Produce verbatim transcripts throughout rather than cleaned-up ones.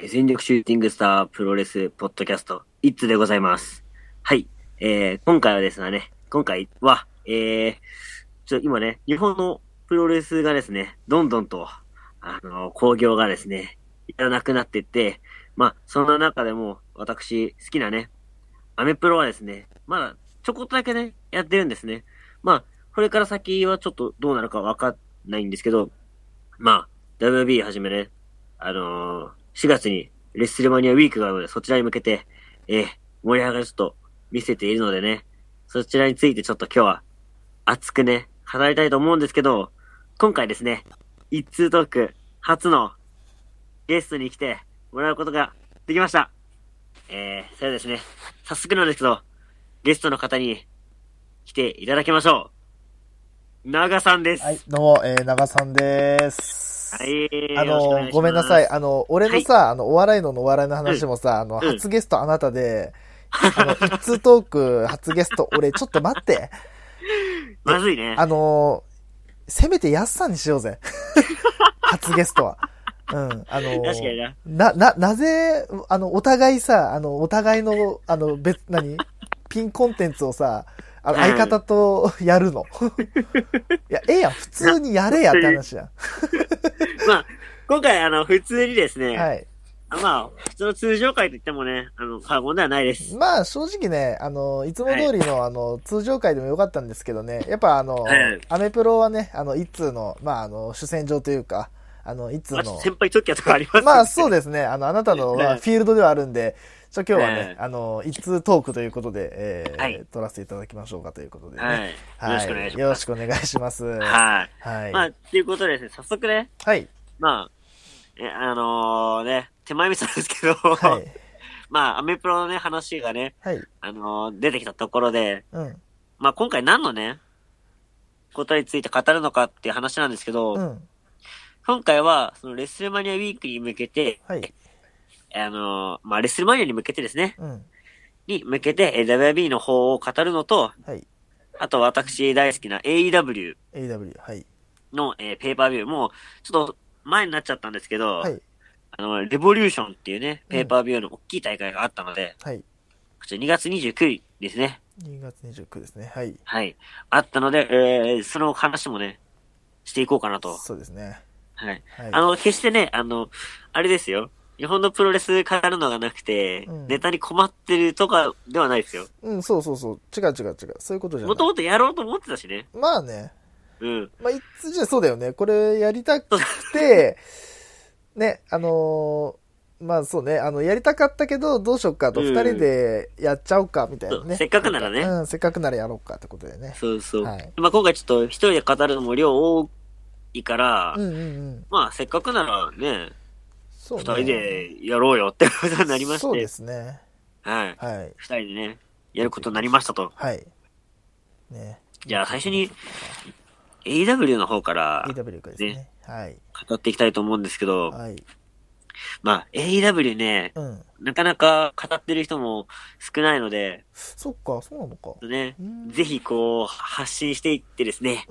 全力シューティングスタープロレスポッドキャスト、イッツでございます。はい。えー、今回はですね、今回は、えー、ちょ、今ね、日本のプロレスがですね、どんどんと、あの、興行がですね、やらなくなっていって、まあ、そんな中でも、私、好きなね、アメプロはですね、まだ、ちょこっとだけね、やってるんですね。まあ、これから先はちょっとどうなるかわかんないんですけど、まあ、ダブリューダブリューイー はじめね、あのー、しがつにレッスルマニアウィークがあるので、そちらに向けて、えー、盛り上がりちょっと見せているのでね、そちらについてちょっと今日は熱くね、語りたいと思うんですけど、今回ですね、一通トーク初のゲストに来てもらうことができました。えー、それではですね、早速なんですけど、ゲストの方に来ていただきましょう。長さんです。 はい、どうも、えー、長さんです。 はい、 あの、ごめんなさい。あの、俺のさ、はい、あの、お笑いのお笑いの話もさ、うん、あの、 うん、 初ゲストあなたで、あの、一通トーク初ゲスト、俺、ちょっと待って。 まずいね。 あの、せめてやすさんにしようぜ。初ゲストは。うん、あの、 確かにな。 な、な、なぜ、あの、お互いさ、あの、お互いの、あの、別、何ピンコンテンツをさ、あの、相方とやるの。いや、ええやん、普通にやれやって話やん。 まあ、今回、あの、普通にですね、 はい。 まあ、普通の通常回と言ってもね、あの、過言ではないです。 まあ、正直ね、あの、いつも通りの、はい、あの、通常回でもよかったんですけどね、やっぱあの、はい、アメプロはね、あの、一通の、まあ、あの、主戦場というか、あの、一通の。 先輩特許とかありますね。 まあ、そうですね、あの、あなたの、まあ、フィールドではあるんで、ちょ、今日はね、あの、一通トークということで、えー、はい、撮らせていただきましょうかということでね。 はい。よろしくお願いします。 よろしくお願いします。 はい。 はい。 まあ、ということでですね、早速ね。 はい。 まあ、え、あのー、ね、手前味噌なんですけど、 はい。 まあ、アメプロのね、話がね、 はい。 あのー、出てきたところで、 うん。まあ、今回何のね、ことについて語るのかっていう話なんですけど、 うん。 今回は、そのレッスルマニアウィークに向けて、 はい。 あのー、まあ、レッスルマニアに向けてですね。 うん。 に向けて、ダブリューダブリューイー の方を語るのと、 はい。 あと私大好きな エーイーダブリュー。 エーイーダブリュー、はい。 の、えー、ペーパービューも、ちょっと前になっちゃったんですけど、 はい。 あの、レボリューションっていうね、ペーパービューの大きい大会があったので、 はい。 こちらにがつにじゅうくにちですね。 にがつにじゅうくにちですね。はい。 はい。あったので、えー、その話もね、していこうかなと。 そうですね。 はい。 はい、 あの、決してね、あの、あれですよ。日本のプロレス語るのがなくて、うん、ネタに困ってるとかではないですよ。 うん、そうそうそう。違う違う違う。そういうことじゃない。 もともとやろうと思ってたしね。 まあね。 うん。 まあ、いつじゃそうだよね。これやりたくて、ね、あのー、まあそうね、あの、やりたかったけど、どうしよっかと、二人でやっちゃおうか、みたいなね、 うん。せっかくならね。 うん、せっかくならやろうかってことでね。 そうそう。 はい、 まあ今回ちょっと一人で語るのも量多いから、 うんうんうん、 まあせっかくならね、 そうね。 二人でやろうよってことになりまして。 そうですね。 はい。 はい。 二人でね、やることになりましたと。 はい。ね。 じゃあ最初に、エーダブリュー の方から、 エーダブリュー からですね。はい。 語っていきたいと思うんですけど、 はい。 まあ、エーダブリュー ね、うん、なかなか語ってる人も少ないので、 そっか、そうなのか。 ね、ぜひこう、発信していってですね、 うん、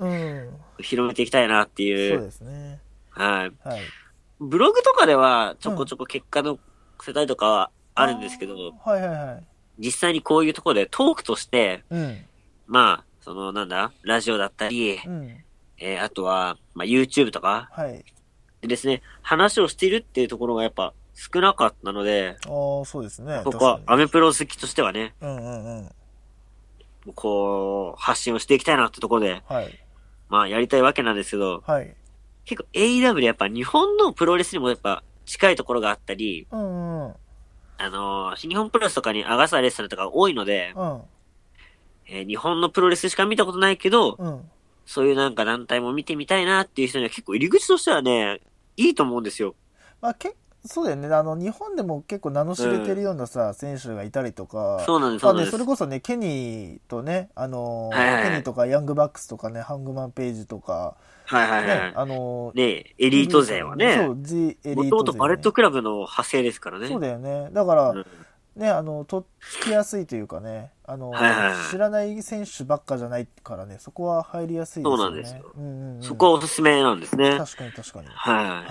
広めていきたいなっていう。 そうですね。 はい。 はい。 ブログとかでは、ちょこちょこ結果の世代とかはあるんですけど、うん、 はいはいはい。 実際にこういうところでトークとして、 うん、 まあ、そのなんだ、ラジオだったり、うん、えー、あとは、まあ、YouTube とか、 はい。 でですね、話をしているっていうところがやっぱ少なかったので、 ああ、そうですね。 ここはアメプロ好きとしてはね、 うんうんうん。 こう、発信をしていきたいなってところで、はい。まあやりたいわけなんですけど、はい。結構 エーイーダブリュー やっぱ日本のプロレスにもやっぱ近いところがあったり、うんうん。あのー、新日本プロレスとかにアガサレッスルとか多いので、うん。えー、日本のプロレスしか見たことないけど、うん。そういうなんか団体も見てみたいなっていう人には結構入り口としてはね、いいと思うんですよ。 まあ、けそうだよね。あの、日本でも結構名の知れてるようなさ、うん、選手がいたりとか。 そうなんです、そうなんです。まあね、それこそね、ケニーとね、あのーはいはいはい、 ケニーとかヤングバックスとかね、ハングマンページとか。 はいはいはい。 ね、あのー、 ねエリート勢はね。 そう、G エリート勢、ね。 もともとバレットクラブの派生ですからね。 そうだよね。だから、うんね、あの、とっつきやすいというかね、あの、はいはいはい、知らない選手ばっかじゃないからね、そこは入りやすいですよね。 そうなんですよ。うんうんうん、そこはおすすめなんですね。 確かに確かに。 はい。はい。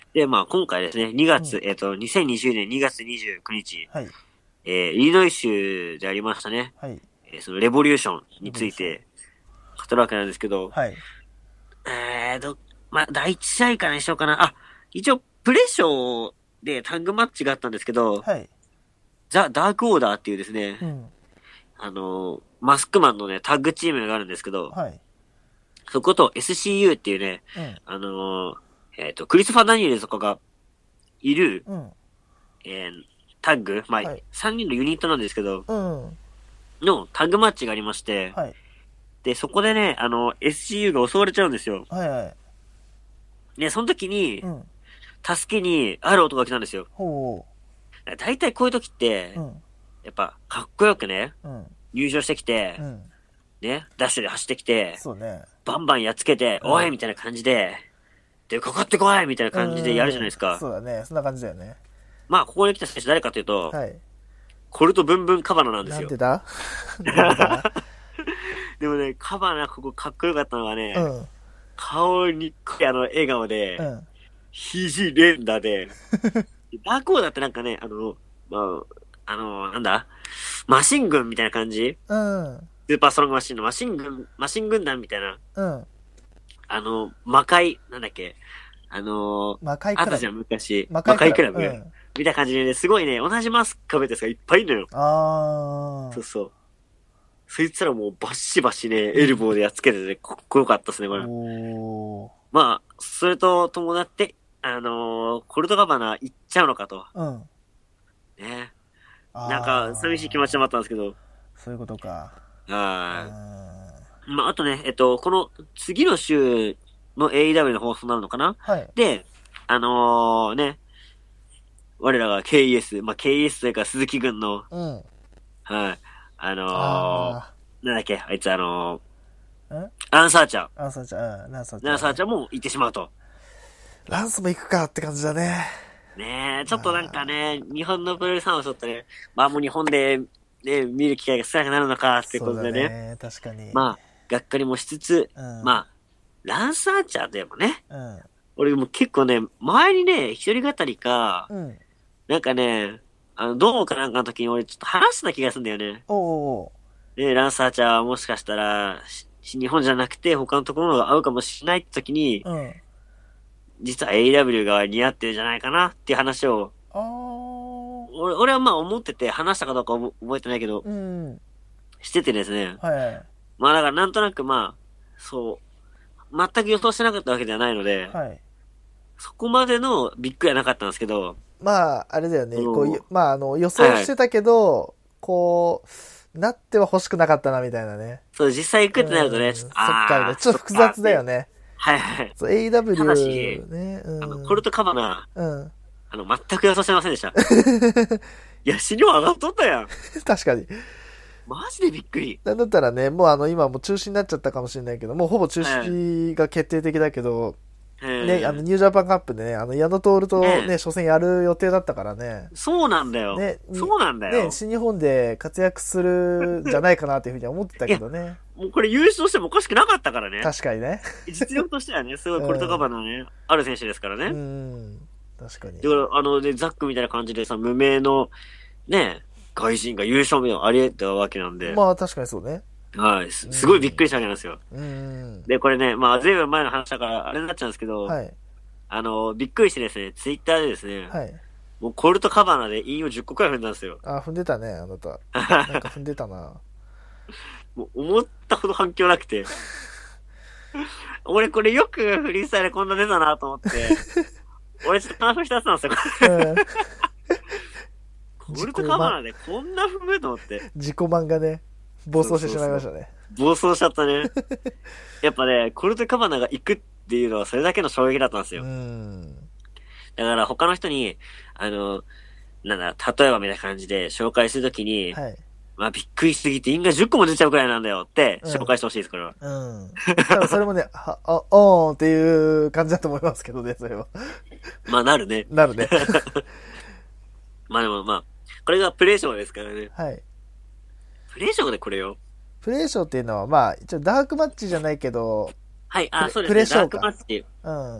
で、まあ今回ですね、にがつ、 うんえっ、と、にせんにじゅうねんにがつにじゅうくにち、 はい。 えー、イリノイ州でありましたね、 はい。 えーそのレボリューションについて語るわけなんですけど、 はい。 えーと、まあ、第一試合からにしようかな。あ、一応、プレショーでタッグマッチがあったんですけど、 はい。 ザ・ダークオーダーっていうですね、 うん。 あのーマスクマンのね、タッグチームがあるんですけど、 はい。 そこと エスシーユー っていうね、 うん。 あのーえっ、と、クリスファー・ダニエルズとかがいる、 うん。 えータッグ、まあ、 はいさんにんのユニットなんですけど、 うん。 のタッグマッチがありまして、 はい。 で、そこでね、あの、エスシーユー が襲われちゃうんですよ。 はいはい。 で、その時にう、ん。 助けにある男が来たんですよ。 ほ大体こういう時ってう。う、ん。 やっぱ、かっこよくね、 うん。 入場してきてう、ん。 ね、ダッシュで走ってきて、 そうね。 バンバンやっつけて、 うんおいみたいな感じで、で、かかってこいみたいな感じでやるじゃないですうんか。 そうだね。そんな感じだよね。 まあ、ここに来た選手誰かというと、 はい。 コルトブンブンカバナなんですよなんで。だなんでだでもね、カバナここかっこよかったのがね、 うん。 顔にっこりあの笑顔で、 うん。 肘連打で、ダークオーダーってなんかね、あの、まあ、あの、なんだマシン軍みたいな感じうん。 スーパーストロングマシンのマシン軍、マシン軍団みたいな、 うん。 あの、魔界、なんだっけ、あの魔界クラブ。 あったじゃん、昔。 魔魔界クラブ。 界クラブ、 うん。 みたいな感じでね、すごいね、同じマスクかぶってる人がいっぱいいるのよ。 あそうそう。そいつらもうバッシバシね、エルボーでやっつけてて、かっこよかったですね、こー。 れ。 おー。 まあ、それと伴って、あのー、コルトガバナ行っちゃうのかと。 うん。 ね。 あーなんか、寂しい気持ちもあったんですけど。 そういうことか。 はうい。まあ、あとね、えっと、この次の週の エーイーダブリュー の放送になるのかなはい。 で、あのー、ね、我らが ケーイーエス、まあ、ケーイーエス というか鈴木軍の、 うん。 はい、あのー、 あなんだっけ、あいつあのー。んー、アンサーチャー。 ランサーちゃん、うん、ランサーちゃん。 アンサーチャーも行ってしまうと。 ランスも行くかって感じだね。 ねえ、ちょっとなんかね、日本のプロレスファンはちょっとね、まあもう日本で、ね、見る機会が少なくなるのかってことでね。 そうだね。確かに。 まあ、がっかりもしつつ、 うん、 まあ、ランサーチャーでもね、 あ、 俺も結構ね、前にね、一人語りか、 うん。うん。 なんかね、あの、どうかなんかの時に俺ちょっと話した気がするんだよね。 おうおうおで、ランサーチャーはもしかしたら、し日本じゃなくて他のところが合うかもしれないって時に、 う。うん。 実は エーイーダブリュー が似合ってるんじゃないかなっていう話を、 あー。 俺俺はまあ思ってて話したかどうか覚覚えてないけど、 うん。 しててですね。 はいはい。 まあだからなんとなくまあ、そう、全く予想してなかったわけではないので、 はい。 そこまでのびっくりはなかったんですけど、 まあ、あれだよね。 うんこういう、まあ、あの、予想してたけど、こう、なっては欲しくなかったな、みたいなね。 そう、実際行くってなるとね、 うんちょっと、 そっか、 あーちょっと複雑だよね。 ね。 はいはい。 そう、エーイーダブリューただしね。うん。 あの、コルトカバナ、 うん。 あの、全く予想してませんでした。いや、死にも上がっとったやん。 確かに。 マジでびっくり。 なんだったらね、もうあの、今もう中止になっちゃったかもしれないけど、もうほぼ中止が決定的だけど、ね、あの、ニュージャパンカップでね、あの、矢野徹とね、 ね初戦やる予定だったからね。 そうなんだよ。 ね、 そうなんだよ。 ね、新日本で活躍するんじゃないかなっていうふうには思ってたけどね。 もうこれ優勝してもおかしくなかったからね。 確かにね。 実力としてはね、すごいコルトカバナね、ある選手ですからね。 うん。確かに。 だから、あの、で、ザックみたいな感じでさ、無名の、ね、外人が優勝みたいなのあり得たわけなんで。 まあ確かにそうね。 はい。すすごいびっくりしたわけなんですよ。 うん。 で、これね、まあ、ずいぶん前の話だから、あれになっちゃうんですけど、 はい。 あの、びっくりしてですね、ツイッターでですね、 はい。 もうコルトカバナで韻をじゅっこくらい踏んだんですよ。 あ、踏んでたね、あなた。なんか踏んでたな。 もう思ったほど反響なくて。俺これよくフリースタイルこんな出たなと思って、俺ちょっと感想したやつなんですよ、これ。 うん。 コルトカバナでこんな踏むと思って。 自己満がね、暴走してしまいましたね。 暴走しちゃったね。やっぱね、コルトカバナが行くっていうのはそれだけの衝撃だったんですよ。 うん。 だから他の人に、あの、なんだ、例えばみたいな感じで紹介するときに、 はい。 まあびっくりしすぎて因がじゅっこも出ちゃうくらいなんだよってうん紹介してほしいです、これは。 うん。多分それもね、は、あ、おーんっていう感じだと思いますけどね、それは。 まあなるね。 なるね。 まあでもまあ、これがプレイショーですからね。 はい。 プレイショーでこれよ。 プレイショーっていうのは、まあ、一応ダークマッチじゃないけど、 はい、あ、 プレそうですね。ダープレショーかクマッチ。 うん。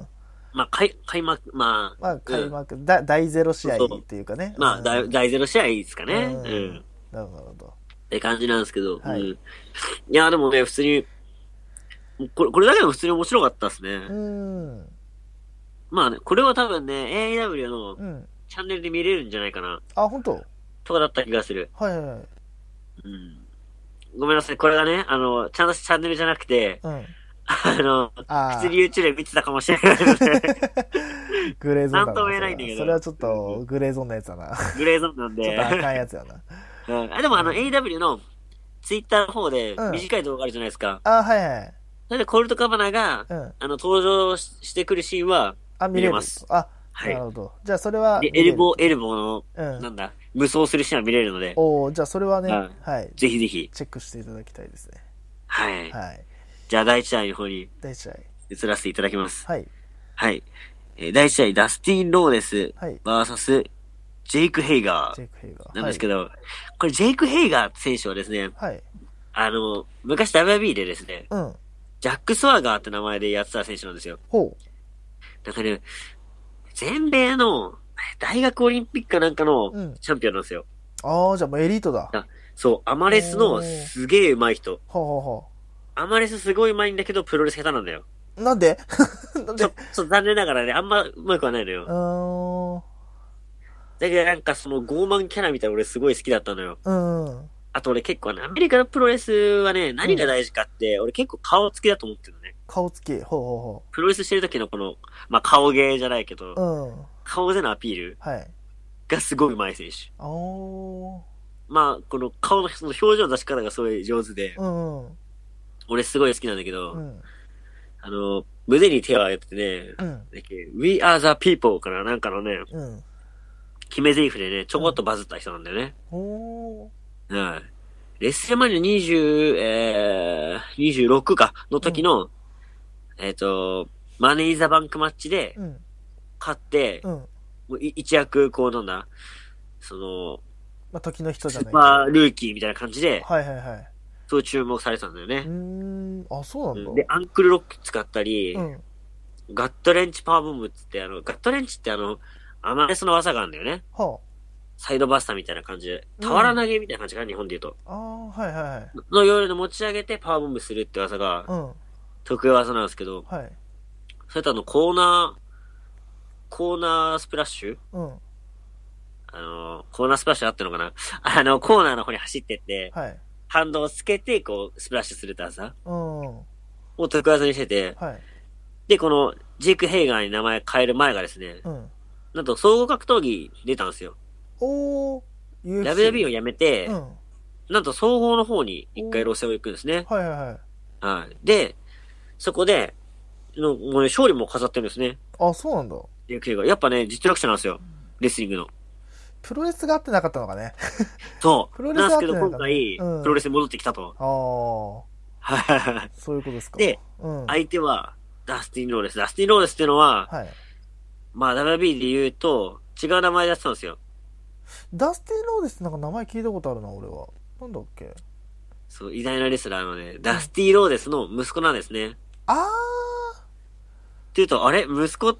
まあ、開、開幕、まあ、 まあ、開うん、 幕、だ第ゼロ試合っていうかね。 まあ、 うん第、第ゼロ試合ですかね。 ううんん。 なるほど。 って感じなんですけど、 はいうん。いや、でもね、普通に、これ、これだけでも普通に面白かったですね。 うーん。 まあね、これは多分ね、エーイーダブリュー のうん。 チャンネルで見れるんじゃないかな、 あ、本当？ とかだった気がする。 はいはいはい。 うん。ごめんなさい、これがね、あの、ちゃんとしたチャンネルじゃなくて、 うん。 あの、普通あに YouTube で見てたかもしれないので、 あ、グレーゾーンだな。 なんとも言えないんだけどそれはそれはちょっとグレーゾーンのやつだな。 グレーゾーンなんで。 ちょっとあかんやつやな。 うん、あでもあの、 うんエーイーダブリュー の Twitter の方でうん短い動画あるじゃないですか。 あ、はいはい。 それでコルトカバナが、 うん。 あの、登場ししてくるシーンはあ、見れる見れます。 あ、 はい。 なるほど。じゃあそれはで、 見れる。 エルボー、エルボーの、 うん。 なんだ、無双するシーンは見れるので、 おーじゃあそれはね、 ははい。 い。ぜひぜひ。 チェックしていただきたいですね。 はい。 はい。 じゃあ、第一試合の方に第一試合。 移らせていただきます。 はい。 はい。えー、第一試合、ダスティン・ローデス、 はい。 バーサス、ジェイク・ヘイガジェイク・ヘイガー。 ーなんですけど、これジェイク・ヘイガー選手はですね、 はい。はい。 あの、昔 ダブリューダブリューイー でですね、 うん。 ジャック・スワガーって名前でやってた選手なんですよ。 ほだからね、全米の大学オリンピックかなんかのうんチャンピオンなんですよ。 う。ああ、じゃあもうエリートだ。 あそう、アマレスのすげえ上手い人。 はあ、はあはアマレスすごい上手いんだけど、プロレス下手なんだよ。 あ、なんでなんでちょ、ちょっと残念ながらね、あんま上手くはないのうよ。 ーん。 だけどなんかその傲慢キャラみたいな俺すごい好きだったのよ。 うん。 あと俺結構ね、アメリカのプロレスはね、何が大事かって、俺結構顔つきだと思ってるのね。 顔つき。ほうほプロレスしてる時のこの、まあ、顔芸じゃないけど、 うほう。うん。 顔でのアピールはい。 がすごい上手い選手。 おー。 まあ、この顔のその表情の出し方がすごい上手で、 うん。うん。 俺すごい好きなんだけど、 うん。 あの、胸に手を当ててね、 うん。 だっけ We are the people からなんかのね、 うん。 決め台詞でね、ちょこっとバズった人なんだよね。 おー。 はい。レッスルマニアにじゅう、えー、にじゅうろくか、の時の、えっ、と、マネーザバンクマッチでう、ん。 勝って、 うん。 もうい一躍、こうなんだ、その、 まあ、時の人じスーゃないけど。 パールーキーみたいな感じで、 はいはいはい。 そう注目されてたんだよね。 うーん。あ、そうなんだ。 で、アンクルロック使ったり、 うん。 ガットレンチパワーボムっつって、あの、ガットレンチってあの、アマレスの技があるんだよね。 はサイドバスターみたいな感じで。 うん俵投げみたいな感じかな、日本で言うと。 あ。ああ、はいはいはい。 のように持ち上げてパワーボムするって技がうん。 得意技なんですけど、 はい。 それとあの、コーナー、コーナースプラッシュうん。はあの、コーナースプラッシュあったのかなあの、コーナーの方に走ってって、 い。 反動をつけて、こう、スプラッシュするって技うん。はを得意技にしてて、 い。 で、この、ジェイク・ヘイガーに名前変える前がですね、 うん。 なんと、総合格闘技出たんですよ。 おー。ユーエフシーダブリューダブリュー を辞めて、 うん。 なんと総合の方に一回路線を行くんですね。 はいはいはい。 はい。で、そこで、のもうね、勝利も飾ってるんですね。 あ、そうなんだ。 ジェイク・ヘイガー。やっぱね、実力者なんですよ。レスリングの。 プロレスが合ってなかったのかね。 そう。 プロレスなんですけど、 合ってないのかね今回、 うんプロレスに戻ってきたと。 ああ。 はい。 そういうことですか。 で、 うん。 相手は、ダスティン・ローレス。ダスティン・ローレスっていうのは、 はい。 まあ、ダブリューダブリュー で言うと、違う名前でやってたんですよ。 ダスティン・ローデスってなんか名前聞いたことあるな、俺は。なんだっけ。 そう、偉大なレスラーのね、ダスティ・ローデスの息子なんですね。 あっていうと、あれ息子って、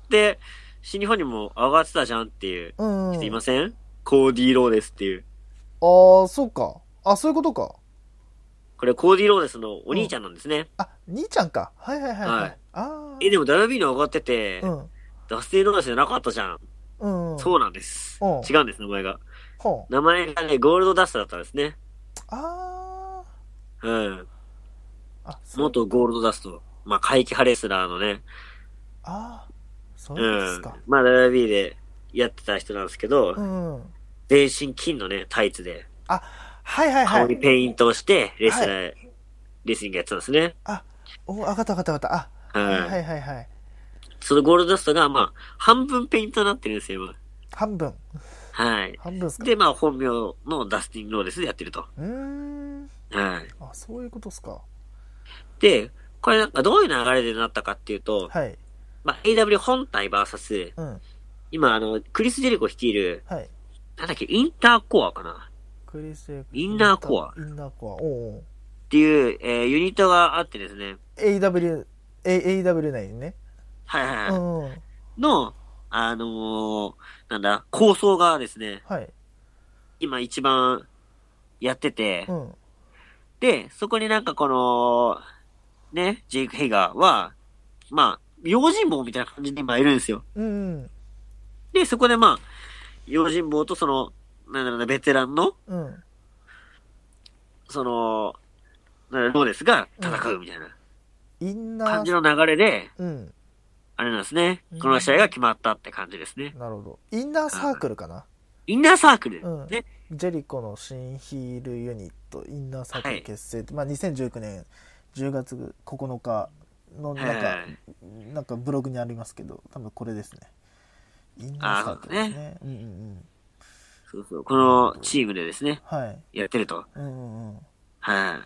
新日本にも上がってたじゃんっていうー。うん。 人いません、コーディ・ローデスっていう。 ああ、そうか。あ、そういうことか。 これコーディ・ローデスのお兄ちゃんなんですね。 あ、兄ちゃんか。はいはいはい。はい、 はいああ。 え、でも ダブリューダブリュー に上がってて、 うん。 ダスティン・ローデスじゃなかったじゃん。 うん。う。 そうなんです。 うん違うんです、名前が。 ほう。 名前がね、ゴールドダストだったんですね。 あうん。 あ。あ、そう。 元ゴールドダスト。まあ、怪奇派レスラーのね。 ああ。そうういうことですんか。。 まあ、ダブリューダブリュー でやってた人なんですけど、 うん。 全身金のね、タイツで、 あ、はいはいは顔にい。 ペイントをして、レスラはー、レスリングやってたんですね。 あ、お、わかったわかったわかった。あ、 はいはいはいはいはい。 そのゴールドダストが、まあ、半分ペイントになってるんですよ、今。 半分。 はい。 半分ですか。 で、まあ、本名のダスティン・ローデスでやってると。 うーん。 はい。 あ、そういうことですか。 で、これなんかどういう流れでなったかっていうと、 はい。 まあ、エーダブリュー 本体 ブイエス、 うん。 今、あの、クリス・ジェリコ率いる、 はい。 なんだっけ、インターコアかなクリス・インナーコアインナーコア。おうっていう、えーユニットがあってですね。 エーダブリュー、エーダブリュー 内にね。 はいはいはい。 うん。 の、あのー、なんだ、構想がですね、 はい。 今一番やってて、 うん。 で、そこになんかこの、ね、ジェイク・ヘイガーは、まあ、用心棒みたいな感じで今いるんですよ。 うん。 で、そこでまあ、用心棒とその、なんだろうな、ベテランの、 うん。 その、なんだローレスが戦うん。 うみたいなインナー、 感じの流れで、 うん。 あれなんですね。 うんこの試合が決まったって感じですね。 なるほど。インナーサークルかな。 インナーサークルうん。 ね。 ジェリコの新ヒールユニット、インナーサークルはい。 結成って、まあにせんじゅうきゅうねんじゅうがつここのかのはいなんか、 はいはい。 なんかブログにありますけど、多分これですね。インナーああ、 サーそうですね。 クルですね。うんうんうん。 そうそう。こなるほど。 のチームでですね、 はい。 やってると。 うんうんうん。 はい。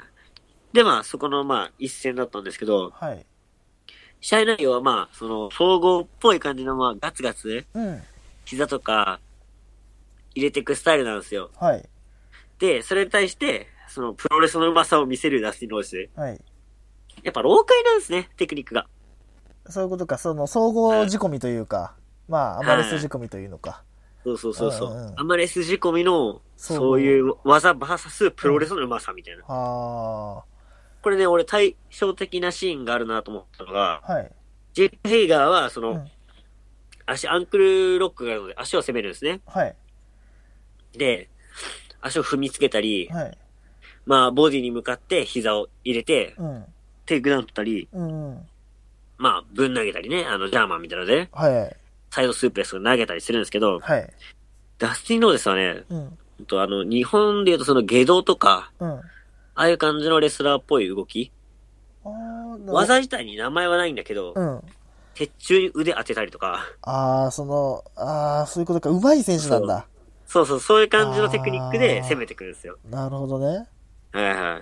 で、まあ、そこのまあ、一戦だったんですけど、 はい。 試合内容はまあ、その、総合っぽい感じのまあ、ガツガツ、 うん。 膝とか、入れていくスタイルなんですよ。 はい。 で、それに対して、その、プロレスのうまさを見せるダスティン・ロース。 はい。 やっぱ、老快なんですね、テクニックが。 そういうことか、その総合仕込みというか、まあ、アマレス仕込みというのか。 そうそううんそうそう。 うんうん。 あんまり筋込みの、 総そうい合。 う技バーサスプロレスのうまさみたいな。 あこれね、俺対照的なシーンがあるなと思ったのが、 あ。はい。 ジェイク・ヘイガーは、その、 うん。 足、アンクルロックがあるので足を攻めるんですね。 はい。 で、足を踏みつけたり、 はい。 まあ、ボディに向かって膝を入れて、 うん。 テイクダウン取ったり、 うんうん。 まあ、ぶん投げたりね、あの、ジャーマンみたいなので、 はい。 サイドスープレスを投げたりするんですけど、 はい。 ダスティン・ローデスはね、 うん。 ほんとあの、日本で言うとその下道とか、 うん。 ああいう感じのレスラーっぽい動き、 ああ、な技自体に名前はないんだけど、 うん。 鉄柱に腕当てたりとか、 ああ、その、ああ、そういうことか。上手い選手なんだ。 そうそう、そういう感じのテクニックであー攻めてくるんですよ。 なるほどね。 はいはい。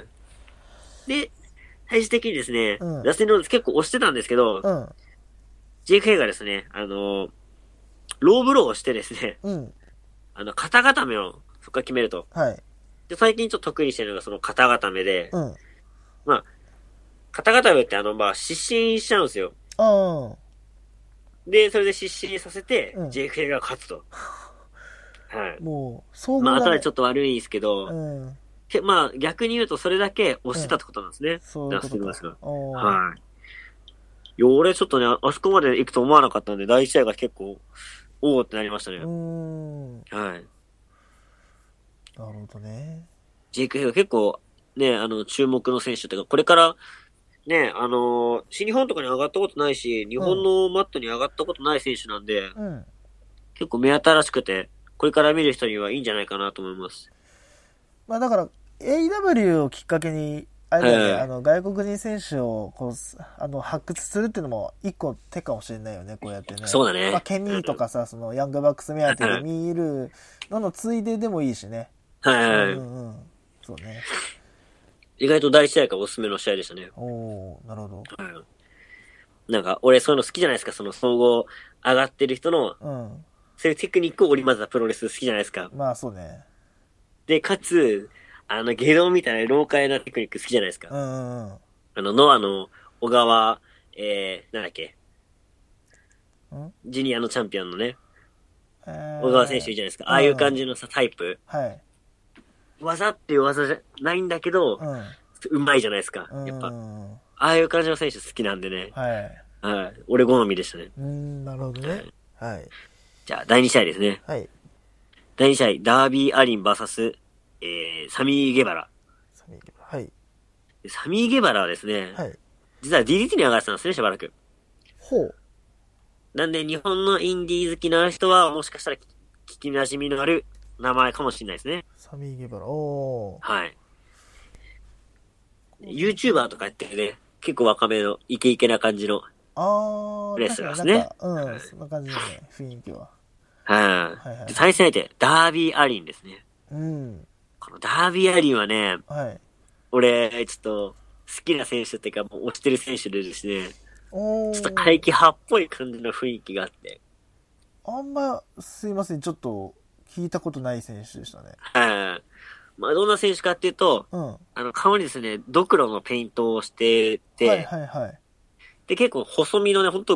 で、最終的にですね、 うんダスティン・ローデス結構押してたんですけど、 うん。 ジェイク・ヘイがですね、あのーローブローをしてですね、 うん。 あの、肩固めをそこから決めると。 はい。 で、最近ちょっと得意にしてるのがその肩固めで、 うん。 まあ、肩固めってあの、まあ、失神しちゃうんですよ。 ああ。 で、それで失神させて、 うんジェイク・ヘイが勝つと。はい。 もう、総まあ、 合だね。 後でちょっと悪いんですけど、 うん。 けまあ、逆に言うとそれだけ押してたってことなんですね。 そういうダスティン・ローデスが。 ことか。おー。 はい。いや、俺ちょっとね、あそこまで行くと思わなかったんで、第一試合が結構、おおってなりましたね。 うーん。 はい。 なるほどね。 ジェイク・ヘイが結構、ね、あの、注目の選手っていうか、これから、ね、あのー新日本とかに上がったことないし、日本のマットに上がったことない選手なんで、 うん。 結構目新しくて、これから見る人にはいいんじゃないかなと思います。 まあだから、エーイーダブリュー をきっかけに、あれだよね、 はいあの、外国人選手を、こう、あの、発掘するっていうのも、一個手かもしれないよね、こうやってね。 そうだね。 まあ、ケニーとかさ、その、ヤングバックス目当てで見るののついででもいいしね。 はいはいはい。 うんうん。そうね。 意外と第一試合からおすすめの試合でしたね。 おー、なるほど。 はい。なんか、俺そういうの好きじゃないですか、その総合上がってる人の、 うん。 そういうテクニックを織り交ぜたプロレス好きじゃないですか。 まあ、そうね。 で、かつ、あの、ゲドみたいな老快なテクニック好きじゃないですか。 うんうんうん。 あの、ノアの小川、えー、なんだっけ。 んジュニアのチャンピオンのね、 えー小川選手いるじゃないですか。ああいう感じのさ、タイプ。 はい。 技っていう技じゃないんだけど、 うん。 うまいじゃないですか。 うん。 やっぱ。 うんああいう感じの選手好きなんでね。 はい。 はい。俺好みでしたね。 うーん、なるほどね。はい。 じゃあ、だいに試合ですね。 はい。 だいに試合、ダービー・アリン ブイエス、えー、サミー・ゲバラ。 サミーゲバラはい。 サミー・ゲバラはですね、 はい。 実は ディーディーティー に上がってたんですね、しばらく。 ほう。 なんで、日本のインディー好きな人は、もしかしたら聞き馴染みのある名前かもしれないですね。 サミーゲバラ。おー。 はい。YouTuber とかやってるね、結構若めのイケイケな感じの。 あー、 レスラーですね確かになんか、うん、そんな感じですね、雰囲気は。 はい。 はいはいで対戦相手、ダービー・アリンですね。 うん。 このダービー・アリンはね、 はい。 俺、ちょっと、好きな選手っていうか、もう推してる選手でですね、 おー。 ちょっと怪奇派っぽい感じの雰囲気があって。 あんま、すいません、ちょっと、聞いたことない選手でしたね。 はい。まあ、どんな選手かっていうと、 うん。はあの、顔にですね、ドクロのペイントをしてて、 いはいはい。 で、結構細身のね、ほんと、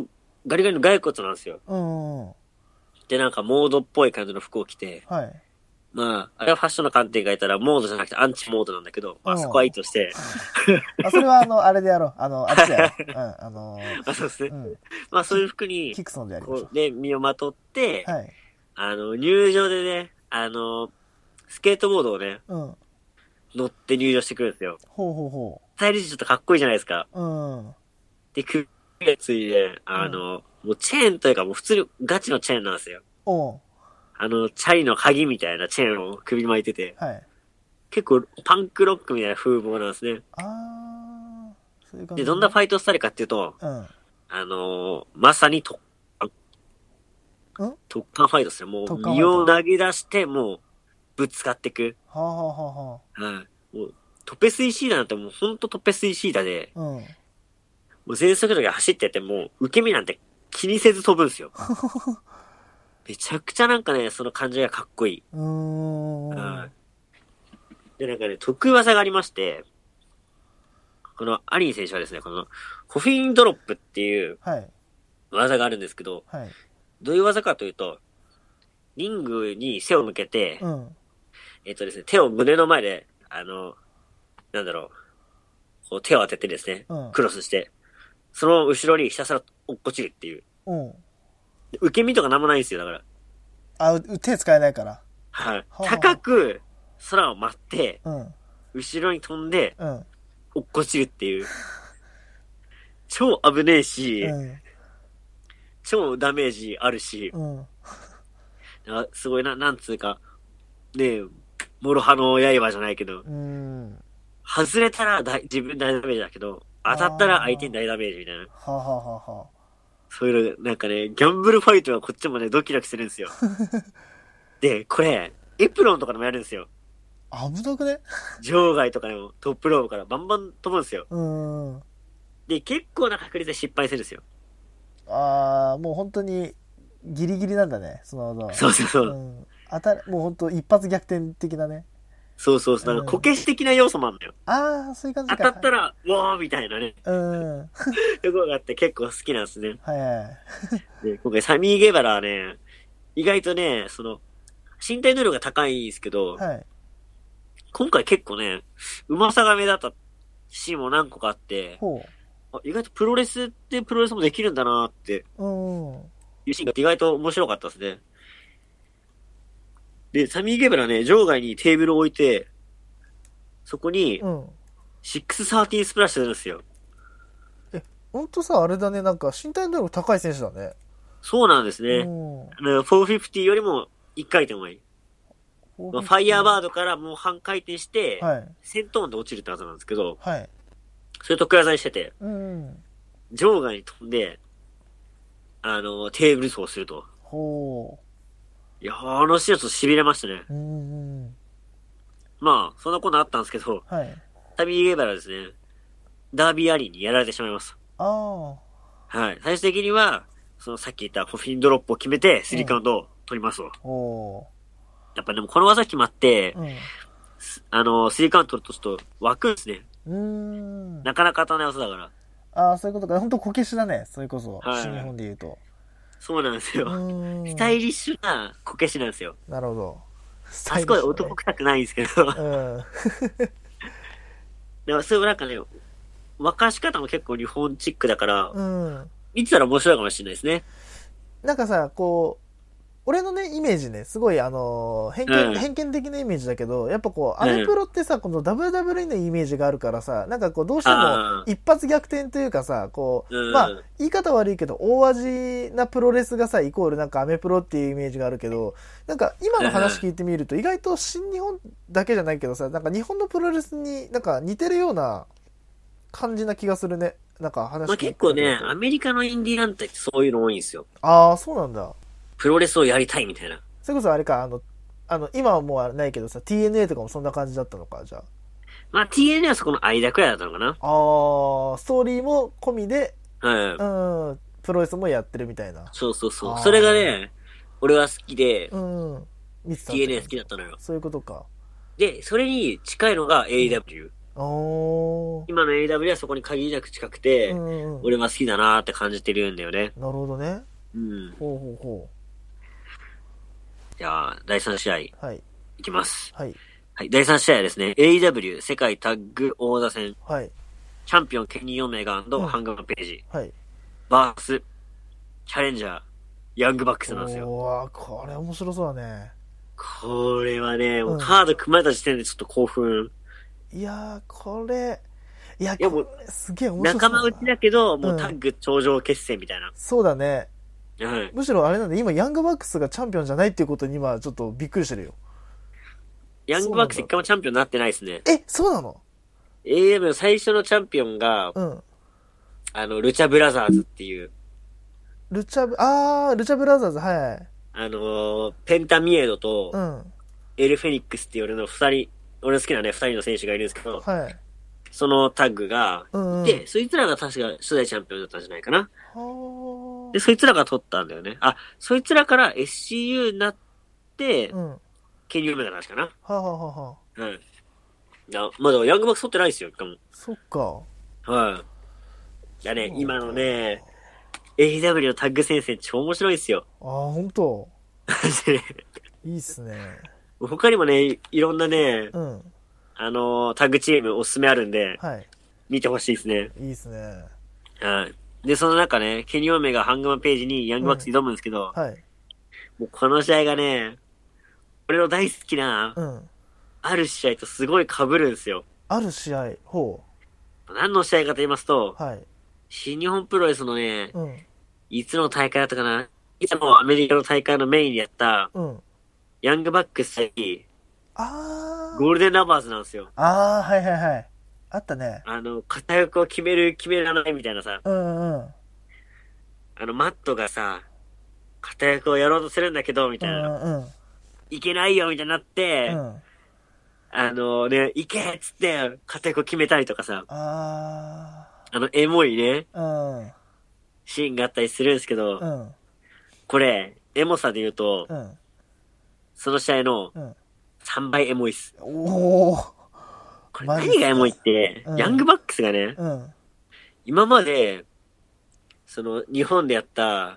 ガリガリの骸骨なんですよ。 うんうん。 で、なんかモードっぽい感じの服を着て、 はい。 まあ、あれはファッションの観点がいたらモードじゃなくてアンチモードなんだけど、まあうんそこはいいとして、 あ、それはあの、あれでやろう。あの、あっちでやろう。うん、あのあ、そうですね。 うん。 まあそういう服にキ、クソンでやりましょこう、で、身をまとって、 う。はい。 あの、入場でね、あの、スケートボードをね、 うん。 乗って入場してくるんですよ。 ほうほうほスタイル時ちょっとかっこいいじゃないですか。 う。うん。 で、首がついて、あの、もうチェーンというかもう普通にガチのチェーンなんですよ。 おう。 あの、チャリの鍵みたいなチェーンを首に巻いてて、 はい。 結構パンクロックみたいな風貌なんですね。 あー。そういう感じ、 で、どんなファイトスタイルかっていうと、 うん。 あのーまさに特うんは特艦ファイトですね。もう特艦ファイト身を投げ出して、もうぶつかっていく。 あはあはあははい。もうトペスイシーダなんてもうほんとトペスイシーダで、 あ。うん。 もう全速度で走っててもう受け身なんて気にせず飛ぶんですよ。めちゃくちゃなんかね、その感じがかっこいい。 うーん。 はい。で、なんかね、得意技がありまして、このアリン選手はですね、このコフィンドロップっていうはい。 技があるんですけど、 はい。 どういう技かというと、リングに背を向けて、 うん。 えっとですね、手を胸の前で、あの、なんだろう、こう手を当ててですね、 うんクロスして、その後ろにひたすら落っこちるっていう。 うん。 受け身とかなんもないんですよ、だから。 あ、う手使えないから。 はい。 はあ高く空を舞って、 うん。 後ろに飛んで、 うん。 落っこちるっていう。超危ねえし、 うん。 超ダメージあるし、 うん。 あすごいな、なんつうか、ねえ、諸刃の刃じゃないけど、 うん。 外れたら大自分大ダメージだけど、当たったら相手に大ダメージみたいな。 はあ、はあはあはあ、 そういうの、なんかね、ギャンブルファイトはこっちもね、ドキドキするんですよ。で、これ、エプロンとかでもやるんですよ。 危なくね。 場外とかでもトップローブからバンバン飛ぶんですよ。 うん。 で、結構な確率で失敗するんですよ。 ああ、もう本当にギリギリなんだね、その技は。 そうそうそう。 うん。当たる、もう本当一発逆転的なね。 そうそうそう。なんかこけし的な要素もあるんだよ。 ああ、そういう感じ当か。 たったら、うわーみたいなね。 うん。はいところがあって結構好きなんですね。 はい。 で、今回サミー・ゲバラはね、意外とね、その、身体能力が高いんですけど、 はい。 今回結構ね、うまさが目立ったシーンも何個かあって、 ほあ意外とプロレスってプロレスもできるんだなーってう。うん。 いうシーンが意外と面白かったですね。で、サミー・ゲブラね、場外にテーブルを置いて、そこに、 うん。 ろくさんじゅうスプラッシュするんですよ。 ほんとさ、あれだね、なんか身体能力高い選手だね。 そうなんですうね。 ん。 あの、よんひゃくごじゅうよりもいっかい転もいい。まあ、ファイヤーバードからもう半回転して、 はい。 先頭で落ちるって技なんですけど、 はい。 それ得意技にしてて、 うん。 場外に飛んで、あの、テーブル走すると。 ほいやー、あのシーンちょっと痺れましたね。 う。うんうん。 まあ、そんなことあったんですけど、 はい。 サミー・ゲバラですね、ダービーアリーにやられてしまいます。 ああ。 はい。最終的には、そのさっき言ったコフィンドロップを決めて、スリーカウントを取りますと。 おやっぱでもこの技決まって、 ー。 あの、スリーカウント取るとちょっと湧くんですね。 うん。うーん。 なかなか当たらない技だから。 ああ、そういうことか。ほんとこけしだね。それこそ。 はい新日本で言うと。 そうなんですよ。 うーん。 スタイリッシュなこけしなんですよ。 なるほど。 あそこで男臭くないんですけど。 うん。 でもそういうなんかね、沸かし方も結構日本チックだから、 うん。 見てたら面白いかもしれないですね。 なんかさ、こう、俺のね、イメージね、すごい、あのー偏見、 うん偏見的なイメージだけど、やっぱこう、アメプロってさ、この ダブリューダブリューイー のイメージがあるからさ、なんかこう、どうしてもあー一発逆転というかさ、こう、 うんまあ、言い方悪いけど、大味なプロレスがさ、イコールなんかアメプロっていうイメージがあるけど、なんか今の話聞いてみると、意外と新日本だけじゃないけどさ、なんか日本のプロレスになんか似てるような感じな気がするね。なんか話まあ聞いて結構ね、 るとアメリカのインディー団体ってそういうの多いんですよ。 ああ、そうなんだ。 プロレスをやりたいみたいな。 それこそあれか、あの、あの、今はもうないけどさ、ティーエヌエー とかもそんな感じだったのか、じゃまあ ティーエヌエー はそこの間くらいだったのかな。 あ。あー、ストーリーも込みで、 はい。 うん、プロレスもやってるみたいな。 そうそうそう。 あーそれがね、俺は好きで、 うん、見てたってティーエヌエー 好きだったのよ。 そういうことか。 で、それに近いのが エーイーダブリュー。 おー。 今の エーイーダブリュー はそこに限りなく近くて、 うんうんうん。 俺は好きだなーって感じてるんだよね。 なるほどね。 うん。 ほうほうほじゃあ、だいさん試合、いうはい。 きます。 はい。 はい、だいさん試合はですね、エーイーダブリュー 世界タッグ王座戦、 はい。 チャンピオンケニー・オメガうん。 ハンガマページ、 はい。 バース、チャレンジャー、ヤングバックスなんですよ。 おー、これ面白そうだね。 これはね、もううん。 カード組まれた時点でちょっと興奮。 いやー、これ、いや、 いやもう、 これすげえ面白仲間内そうだな。 だけど、もうタうん。 ッグ頂上決戦みたいな。 そうだね。 はい。 むしろあれなんで、今、ヤングバックスがチャンピオンじゃないっていうことに今、ちょっとびっくりしてるよ。 ヤングバックス一そうなんだ。 回もチャンピオンになってないですね。 え、そうなの？ エーエム の最初のチャンピオンが、 うん。 あの、ルチャブラザーズっていう、 ルチャブ、あー、ルチャブラザーズ、はい。 あのーペンタミエドとうん。 エルフェニックスっていう俺の二人、俺の好きなね、二人の選手がいるんですけど、 はい。 そのタッグがうんうん。 いて、そいつらが確か初代チャンピオンだったんじゃないかな。で、 はそいつらが取ったんだよね。あ、そいつらから エスシーユー になって、 ー。うん。はケニーオメガの話かな。 あ、はあはあはあ、 はい。いや、まだヤングバックス取ってないですよ、しかも。 そっか。 はい。いやね、今のそうか。 ね、エーイーダブリュー のタッグ戦線超面白いんですよ。 あー、ほんと。 でねいいっすね。 他にもね、いろんなね、 うん。 あのータッグチームおすすめあるんで、 はい。 見てほしいですね。 いいっすね。 はい。で、その中ね、ケニーオメガハングマページにヤングバックスうん。 挑むんですけど、 はい。 もうこの試合がね、俺の大好きな、 うん。 ある試合とすごい被るんですよ。 ある試合、ほ何の試合かと言いますと、 う。はい。 新日本プロレスのね、 うん。 いつの大会だったかな、いつもアメリカの大会のメインでやった、 うん。 ヤングバックス対あゴールデンラバーズなんですよ。 ー。あー、はいはいはい。あったね。 あの、片翼を決める、決めらないみたいなさ、 うんうん。 あの、マットがさ、片翼をやろうとするんだけど、みうたいな。 んうんいけないよ、みたいになって、 うん。 あのね、いけっつって、片翼を決めたりとかさ、 ああの、エモいね、 ー。うん。 シーンがあったりするんですけど、 うん。 これ、エモさで言うと、 うん。 その試合のうん。 さんばいエモいっす。 おー。 これマジっ何がエモいっすか。 て、 うん。 ヤングバックスがね、 うん。 今まで、その、日本でやった、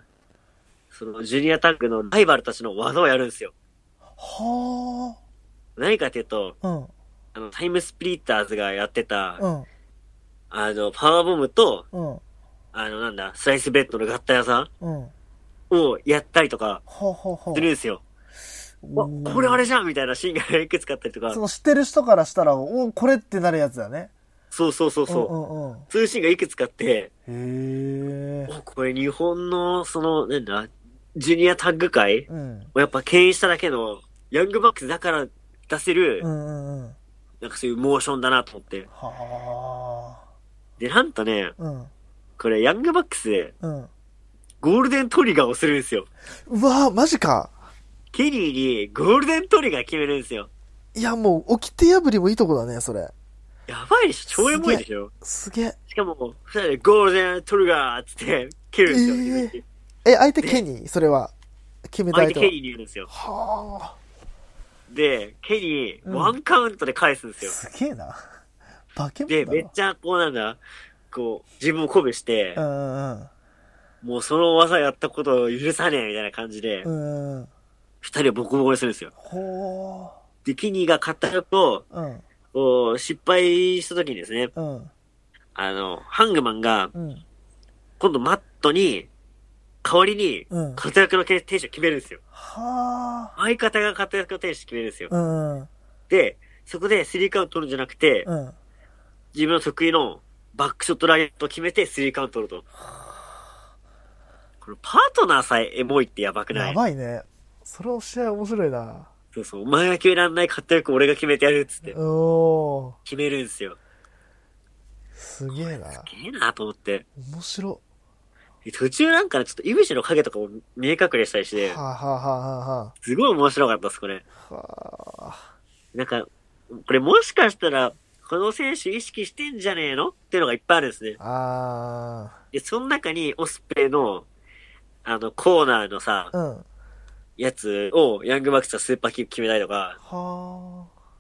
その、ジュニアタッグのライバルたちの技をやるんですよ。 は何かっていうと、 ー。うん。 あの、タイムスプリッターズがやってた、 うん。 あの、パワーボムと、 うん。 あの、なんだ、スライスベッドの合体技うん。 をやったりとか、 ほうほうほするんですよ。 う。 わ、これあれおー。 じゃんみたいなシーンがいくつかあったりとか、 その知ってる人からしたら、おー、これってなるやつだね。 そうそうそううんうそう。 んうん。 そういうシーンがいくつかあって、 へー。 お、これ日本の、その、なんだ、ジュニアタッグ界うん。 をやっぱ牽引しただけの、ヤングバックスだから出せる、 うんうんうん。 なんかそういうモーションだなと思って。 はで、なんとね、 ー。うん。 これヤングバックスで、 うん。 ゴールデントリガーをするんですよ。 うわー、マジか。 ケニーにゴールデントリガー決めるんですよ。 いや、もう、掟破りもいいとこだね、それ。 やばいでしょ、超エモいでしょ。 すげえ。 しかも、二人でゴールデントリガーっつって蹴るんですよ、自分でえ、相手ケニーそれは。決めた相手は。 相手ケニーに言うんですよ。 はで、ケニー、 うんワンカウントで返すんですよ。 あ。すげえな。化け物で、 だろ。 めっちゃ、こうなんだ、こう、自分を鼓舞してう、んうんもうその技やったことを許さねえみたいな感じでう、ん。うんうん。 二人をボコボコにするんですよ。 ほで、ケニーが勝ったと、 ー。うん。 こう失敗した時にですね、 うん。 あの、ハングマンが、 うん。 今度マットに、代わりに、 うん。 活躍の天使を決めるんですよ。 は相方が活躍の天使決めるんですよ。 あ。うんうん。 で、そこでスリーカウント取るんじゃなくて、 うん。 自分の得意のバックショットラインと決めてスリーカウント取ると。このパートナーさえエモいってやばくなやい？ ばいね。それを試合面白いな。 そうそう、お前が決めらんない活躍俺が決めてやるっつって、 おー。 決めるんですよ。 すげえな。 すげえなと思って。 面白。 途中なんかね、ちょっとイブシの影とかも見え隠れしたりして、 はあ、はあはあはあすごい面白かったです、これ。 はあ。 なんか、これもしかしたら、この選手意識してんじゃねえのっていうのがいっぱいあるんですね。 あで、その中にオスプレイの、あの、コーナーのさ、 ー。うん。 やつをヤングバックスがスーパーキック決めたりとか、 は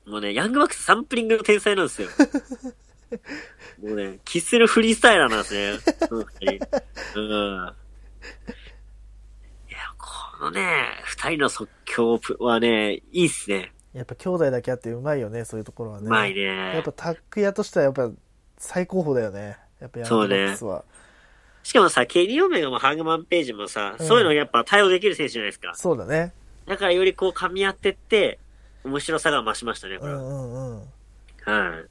もうね、ヤングバックスサンプリングの天才なんですよ。もうね、キスるフリースタイラーなんですね。その二人。うん。いや、このね、二人の即興はね、いいっすね。 やっぱ兄弟だけあってうまいよね、そういうところはね。 うまいね。 やっぱタッグ屋としてはやっぱ最高峰だよね。やっぱヤングバックスは。 しかもさ、ケニー・オメガもハングマン・ページもさ、うん、そういうのやっぱ対応できる選手じゃないですか。 そうだね。 だからよりこう噛み合ってって、面白さが増しましたね、これは。 うんうんうん。 はい。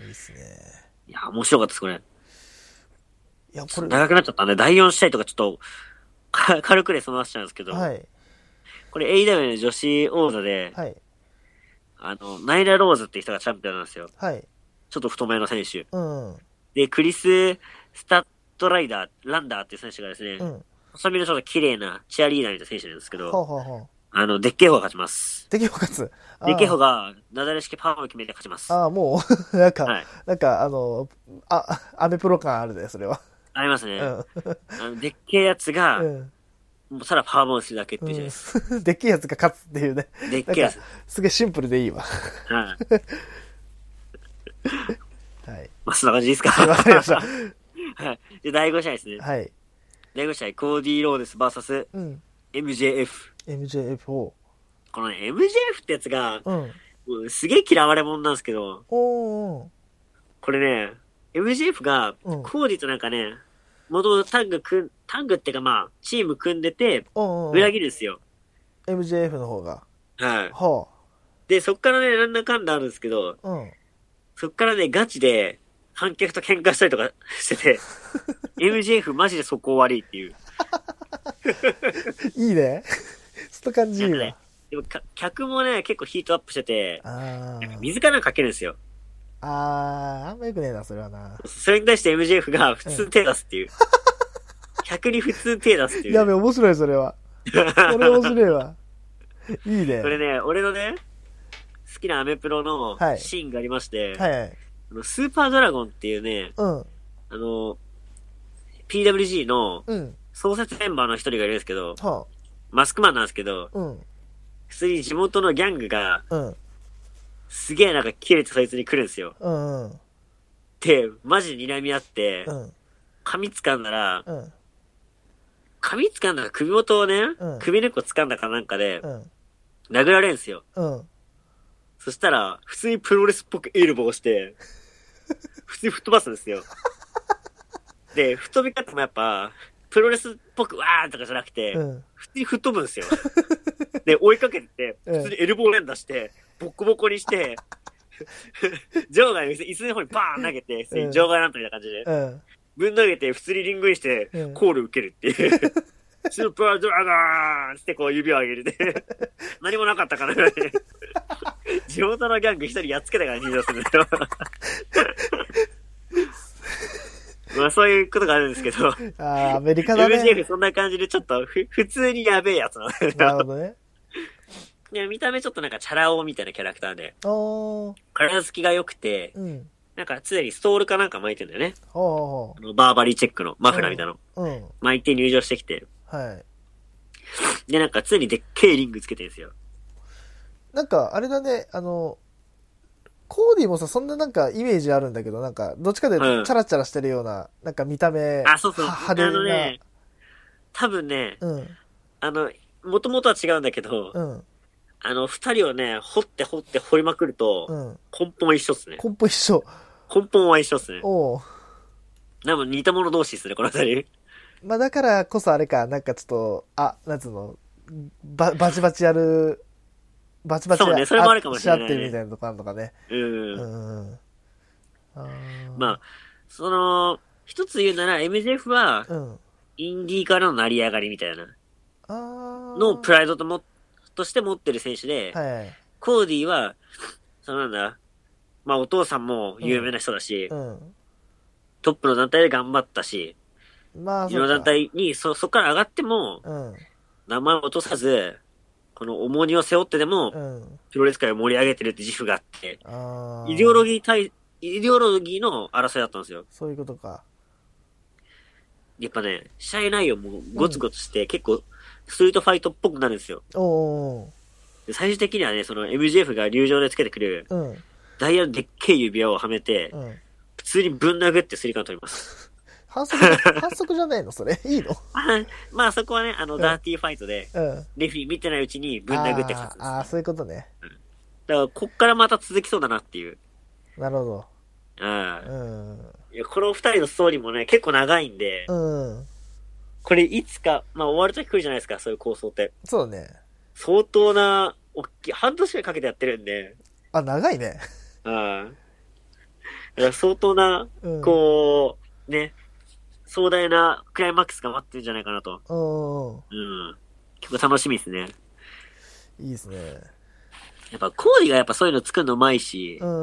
いいっすね。 いや、面白かったです、これ。 いや、これ。 長くなっちゃったんで、だいよん試合とかちょっと、軽くで済ましちゃうんですけど。 はい。 これ エーイーダブリュー の女子王座で、 はい。 あの、ナイラ・ローズっていう人がチャンピオンなんですよ。 はい。 ちょっと太めの選手。 うん。 で、クリス・スタッドライダー、ランダーっていう選手がですね、うん。細身のちょっと綺麗なチアリーダーみたいな選手なんですけど、 ほうほうほう。 あの、デッケーホが勝ちます。 デッケーホ勝つ。 デッケーホが、なだれ式パワーを決めて勝ちます。 ああ、もう、なんか、はい、なんか、あの、あ、アメプロ感あるね、それは。 ありますね。うん、あの、でっけえやつが、うん、もうただパワーボーンするだけっていうじゃないですか。 うん、でっけえやつが勝つっていうね。 でっけえやつ。 すげえシンプルでいいわ。 はい。 はい。 まあ、そんな感じですか。 わかりました。 はい。で、だいご試合ですね。 はい。 だいご試合、コーディー・ローデス ブイエス、うん、エムジェーエフ。 エムジェーエフ を。 このね、エムジェーエフ ってやつが、うん、もうすげえ嫌われ者なんですけど、 おーこれね、エムジェーエフ が、コーディとなんかね、元々タッグ組ん、タッグってかまあ、チーム組んでて、裏切るんですよ。 エムジェーエフ の方が。 はい。 はあ。 で、そっからね、なんだかんだあるんですけど、うん、そっからね、ガチで、観客と喧嘩したりとかしてて、エムジェーエフ マジでそこ悪いっていう。 いいね。そんな感じいいわ。 ね、でも客もね、結構ヒートアップしてて、あ水かなんかかけるんですよ。 あー、あんまよくねえな、それはな。 それに対して エムジェーエフ が普通手出すっていう。客に普通手出すっていう、 ね。やべ、面白い、それは。それ面白いわ。いいね。 これね、俺のね、好きなアメプロのシーンがありまして、はいはいはい、スーパードラゴンっていうね、うん、あの、ピーダブリュージー の創設メンバーの一人がいるんですけど、うん、マスクマンなんですけど、うん、普通に地元のギャングが、うん、すげえなんか切れてそいつに来るんですよ。うんうん、で、マジで睨み合って、うん、髪掴んだら、うん、髪掴んだら首元をね、うん、首根っこ掴んだかなんかで、うん、殴られるんですよ。うん、そしたら、普通にプロレスっぽくエルボーして、普通に吹っ飛ばすんですよ。で、吹っ飛び方もやっぱ、プロレスっぽくわーとかじゃなくて、うん、普通に吹っ飛ぶんですよ。で、追いかけてて、普通にエルボー連打して、ボッコボコにして、場外の椅子の方にバーン投げて、普通に場外なんとみたいな感じで、うん、ぶん投げて、普通にリングインして、コール受けるっていう。スーパードラゴンってこう指を上げるで、何もなかったからね。地元のギャング一人やっつけたから入場するんだよ。まあそういうことがあるんですけど。ああ、アメリカだね。 エムジェーエフ そんな感じでちょっとふ普通にやべえやつなんだよ。 なるほどね。 いや見た目ちょっとなんかチャラ男みたいなキャラクターで。体つきが良くて、うん、なんか常にストールかなんか巻いてんだよね。あのバーバリーチェックのマフラーみたいなの。うん、巻いて入場してきて。はい。で、なんか常にでっけえリングつけてるんですよ。 なんか、あれだね、あの、コーディもさ、そんななんかイメージあるんだけど、なんか、どっちかでチャラチャラしてるような、うん、なんか見た目、 あ、そうそう、 派手な。あのね、 多分ね、うん、あの、もともとは違うんだけど、うん、あの、二人をね、掘って掘って掘りまくると、うん、根本一緒っすね。 根本一緒。 根本は一緒っすね。おう。多分似た者同士っすね、この二人。 まあだからこそあれか、なんかちょっと、あ、なんつうの、ババチバチやる、バチバチやそうね、それもあるかもしれない、ね。 し合ってるみたいなとこあるのかね。うん。うん。 あまあ、その、一つ言うなら エムジェーエフ は、うん、インディーからの成り上がりみたいな、のプライドとも、として持ってる選手で、はい、コーディは、そのなんだ、まあお父さんも有名な人だし、うんうん、トップの団体で頑張ったし、まあ、いろんな団体にそ、そこから上がっても、うん、名前を落とさず、この重荷を背負ってでも、うん、プロレス界を盛り上げてるって自負があって、あイデオロギー対、イデオロギーの争いだったんですよ。 そういうことか。 やっぱね、試合内容もゴツゴツして、うん、結構、ストリートファイトっぽくなるんですよ。おーで最終的にはね、その エムジェエフ が入場でつけてくる、 うん。 ダイヤのでっけえ指輪をはめて、 うん。 普通にぶん殴ってスリーカウント取ります。 反則じゃ、反則じゃないのそれ。いいの？ あまあそこはね、あの、 うんダーティーファイトで、 うん。 レフィー見てないうちにぶん殴って勝つんです、ね。 ああ、そういうことね。 だから、こっからまた続きそうだなっていう。 なるほど。 うん。 うん。 いやこの二人のストーリーもね、結構長いんで、 うん。 これいつか、まあ終わるとき来るじゃないですか、そういう構想って。 そうだね。 相当な、おっきい、半年くらいかけてやってるんで、 あ、長いね。 うん。だから相当な、 うん。 こう、ね、壮大なクライマックスが待ってるんじゃないかなと。 うん。 うん。結構楽しみですね。 いいですね。 やっぱコーディがやっぱそういうの作るのうまいし、 うん。